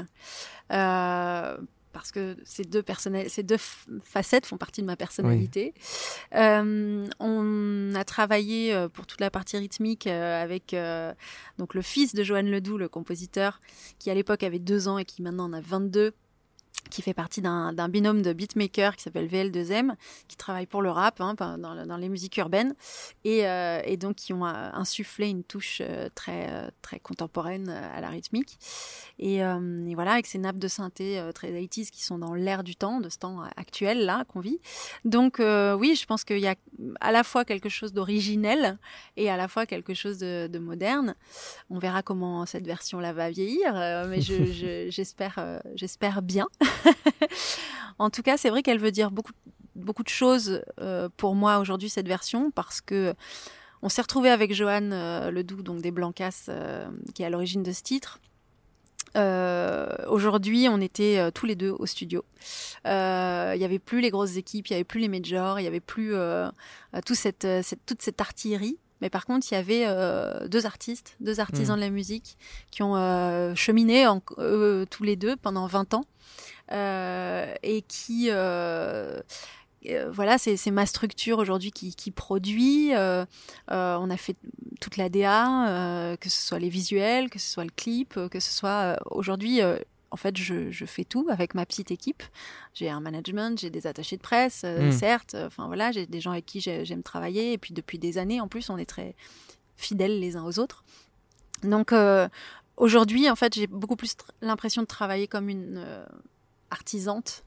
Parce que ces deux facettes font partie de ma personnalité. Oui. On a travaillé pour toute la partie rythmique avec donc le fils de Johan Ledoux, le compositeur, qui à l'époque avait 2 ans et qui maintenant en a 22, qui fait partie d'un binôme de beatmakers qui s'appelle VL2M, qui travaille pour le rap, dans les musiques urbaines, et donc qui ont insufflé une touche très, très contemporaine à la rythmique. Et voilà, avec ces nappes de synthé très 80s qui sont dans l'air du temps, de ce temps actuel là qu'on vit. Donc oui, je pense qu'il y a à la fois quelque chose d'originel et à la fois quelque chose de moderne. On verra comment cette version-là va vieillir, mais j'espère bien. En tout cas, c'est vrai qu'elle veut dire beaucoup de choses pour moi aujourd'hui, cette version, parce que on s'est retrouvé avec Johan Ledoux, donc des Blancas, qui est à l'origine de ce titre. Aujourd'hui, on était tous les deux au studio. Il n'y avait plus les grosses équipes, il n'y avait plus les majors, il n'y avait plus toute cette artillerie. Mais par contre, il y avait 2 artistes, 2 artisans de la musique qui ont cheminé tous les deux pendant 20 ans. Et qui voilà, c'est ma structure aujourd'hui qui produit. On a fait toute la DA, que ce soit les visuels, que ce soit le clip, que ce soit aujourd'hui. En fait, je fais tout avec ma petite équipe. J'ai un management, j'ai des attachés de presse, certes. Enfin voilà, j'ai des gens avec qui j'aime travailler. Et puis depuis des années, en plus, on est très fidèles les uns aux autres. Donc aujourd'hui, en fait, j'ai beaucoup plus l'impression de travailler comme une artisante,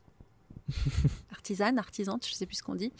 je sais plus ce qu'on dit.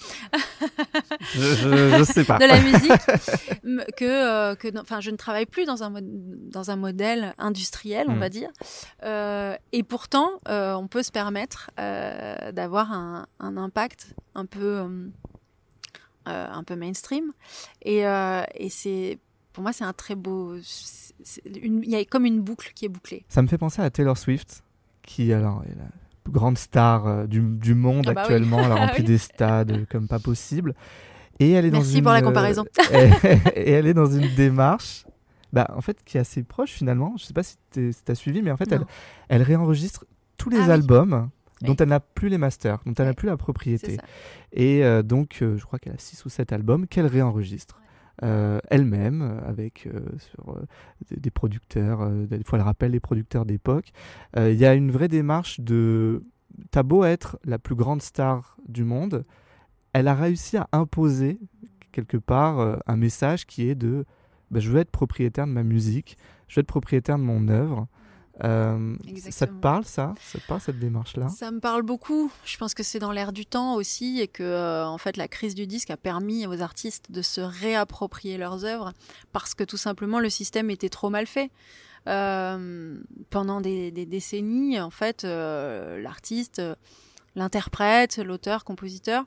je sais pas. De la musique, enfin, je ne travaille plus dans un modèle industriel, on va dire. Et pourtant, on peut se permettre d'avoir un impact un peu mainstream. Et c'est, pour moi, c'est un très beau. Il y a comme une boucle qui est bouclée. Ça me fait penser à Taylor Swift, qui alors est la plus grande star du monde actuellement. Oui. Elle a rempli des stades comme pas possible. Et elle est Merci pour la comparaison. Et elle est dans une démarche, en fait, qui est assez proche finalement. Je sais pas si tu as suivi, mais en fait, elle réenregistre tous les albums dont elle n'a plus les masters, dont elle n'a plus la propriété. Et donc, je crois qu'elle a 6 ou 7 albums qu'elle réenregistre. Elle-même, avec sur des producteurs, des fois elle rappelle les producteurs d'époque. Il y a une vraie démarche de... T'as beau être la plus grande star du monde, elle a réussi à imposer quelque part un message qui est de je veux être propriétaire de ma musique, je veux être propriétaire de mon œuvre. Ça te parle, ça te parle, cette démarche-là? Ça me parle beaucoup. Je pense que c'est dans l'air du temps aussi, et que en fait la crise du disque a permis aux artistes de se réapproprier leurs œuvres, parce que tout simplement le système était trop mal fait. Pendant des décennies, en fait, l'artiste, l'interprète, l'auteur, compositeur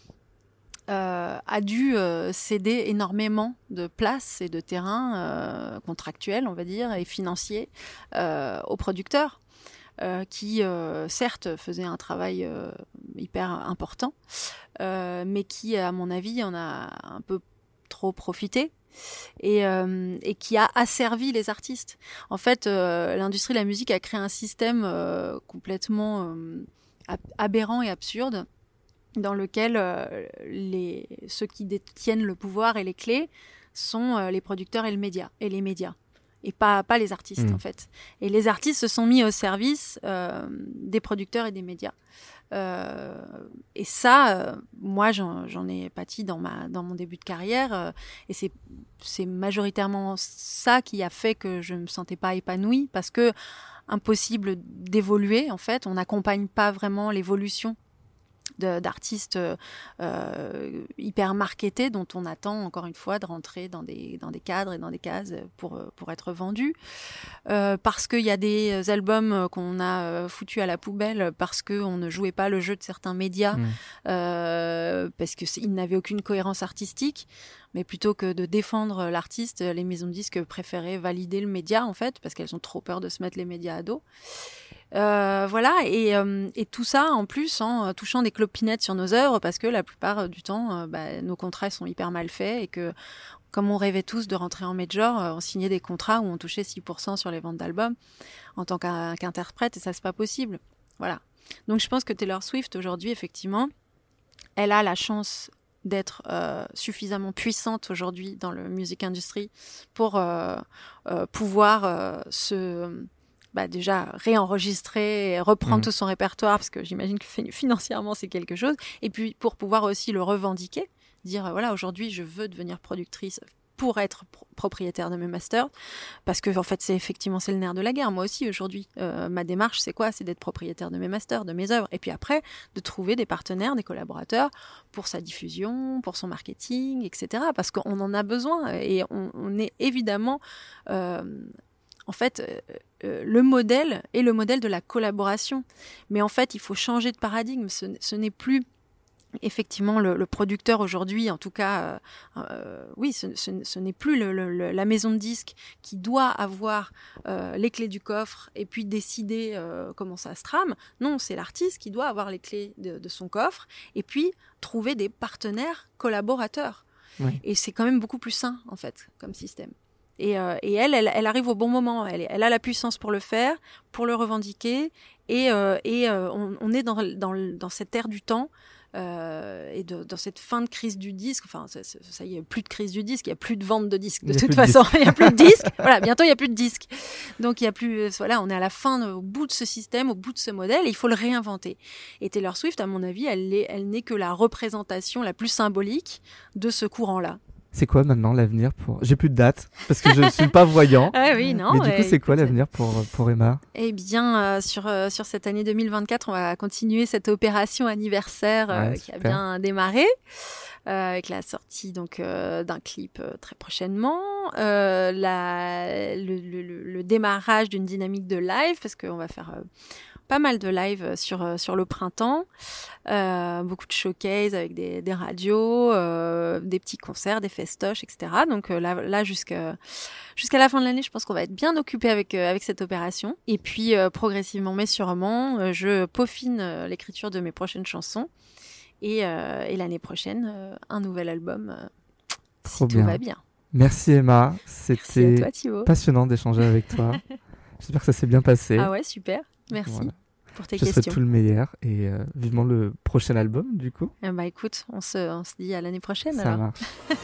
a dû céder énormément de place et de terrain contractuel, on va dire, et financier aux producteurs qui, certes, faisaient un travail hyper important, mais qui, à mon avis, en a un peu trop profité. Et qui a asservi les artistes. En fait, l'industrie de la musique a créé un système complètement aberrant et absurde, dans lequel ceux qui détiennent le pouvoir et les clés sont les producteurs et les médias, et pas les artistes en fait. Et les artistes se sont mis au service des producteurs et des médias. Et ça, moi, j'en ai pâti dans mon début de carrière, et c'est majoritairement ça qui a fait que je me sentais pas épanouie, parce que impossible d'évoluer en fait. On n'accompagne pas vraiment l'évolution d'artistes hyper marketés, dont on attend encore une fois de rentrer dans des cadres et dans des cases pour être vendus, parce qu'il y a des albums qu'on a foutus à la poubelle parce qu'on ne jouait pas le jeu de certains médias, parce qu'ils n'avaient aucune cohérence artistique. Mais plutôt que de défendre l'artiste, les maisons de disques préféraient valider le média, en fait, parce qu'elles ont trop peur de se mettre les médias à dos. Voilà, et tout ça, en plus, en touchant des clopinettes sur nos œuvres, parce que la plupart du temps, nos contrats sont hyper mal faits, et que, comme on rêvait tous de rentrer en major, on signait des contrats où on touchait 6% sur les ventes d'albums en tant qu'interprète, et ça, c'est pas possible. Voilà. Donc, je pense que Taylor Swift, aujourd'hui, effectivement, elle a la chance d'être suffisamment puissante aujourd'hui dans le music industry pour pouvoir déjà réenregistrer et reprendre tout son répertoire, parce que j'imagine que financièrement c'est quelque chose, et puis pour pouvoir aussi le revendiquer, dire voilà, aujourd'hui je veux devenir productrice pour être propriétaire de mes masters, parce que en fait c'est le nerf de la guerre. Moi aussi aujourd'hui, ma démarche c'est quoi ? C'est d'être propriétaire de mes masters, de mes œuvres, et puis après de trouver des partenaires, des collaborateurs pour sa diffusion, pour son marketing, etc. Parce qu'on en a besoin, et on est évidemment en fait, le modèle est le modèle de la collaboration. Mais en fait, il faut changer de paradigme. Ce n'est plus effectivement le producteur aujourd'hui, en tout cas, ce n'est plus la maison de disques qui doit avoir les clés du coffre et puis décider comment ça se trame. Non, c'est l'artiste qui doit avoir les clés de son coffre et puis trouver des partenaires collaborateurs. Oui. Et c'est quand même beaucoup plus sain, en fait, comme système. Et elle arrive au bon moment. Elle a la puissance pour le faire, pour le revendiquer. Et on est dans cette ère du temps et dans cette fin de crise du disque. Enfin, ça y est, il n'y a plus de crise du disque, il n'y a plus de vente de disques. De toute façon, il n'y a plus de disques. Voilà, bientôt, il n'y a plus de disques. Donc, il y a plus. Voilà, on est à la fin, au bout de ce système, au bout de ce modèle, et il faut le réinventer. Et Taylor Swift, à mon avis, elle n'est que la représentation la plus symbolique de ce courant-là. C'est quoi maintenant l'avenir pour... J'ai plus de date parce que je ne suis pas voyant. Ah oui, non. Mais du coup, c'est quoi l'avenir pour Emma ? Eh bien, sur cette année 2024, on va continuer cette opération anniversaire qui a bien démarré avec la sortie donc d'un clip très prochainement, le démarrage d'une dynamique de live, parce qu'on va faire pas mal de live sur le printemps, beaucoup de showcase avec des radios, des petits concerts, des festoches, etc. Donc là jusqu'à la fin de l'année, je pense qu'on va être bien occupé avec cette opération. Et puis progressivement mais sûrement, je peaufine l'écriture de mes prochaines chansons. Et l'année prochaine, un nouvel album, si tout va bien. Merci Emma, c'était Merci à toi, Thibaut. Passionnant d'échanger avec toi. J'espère que ça s'est bien passé. Ah ouais, super. Merci pour tes questions. Je te souhaite tout le meilleur et vivement le prochain album du coup. Bah écoute, on se dit à l'année prochaine. Ça marche.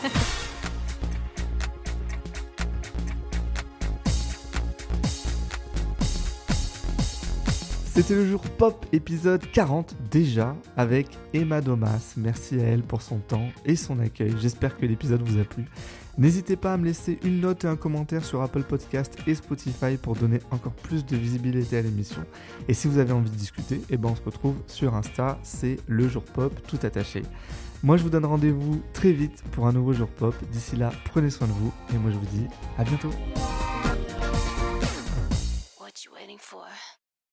C'était le jour pop épisode 40 déjà avec Emma Domas. Merci à elle pour son temps et son accueil. J'espère que l'épisode vous a plu. N'hésitez pas à me laisser une note et un commentaire sur Apple Podcast et Spotify pour donner encore plus de visibilité à l'émission. Et si vous avez envie de discuter, on se retrouve sur Insta, c'est le jour pop tout attaché. Moi je vous donne rendez-vous très vite pour un nouveau jour pop. D'ici là, prenez soin de vous et moi je vous dis à bientôt.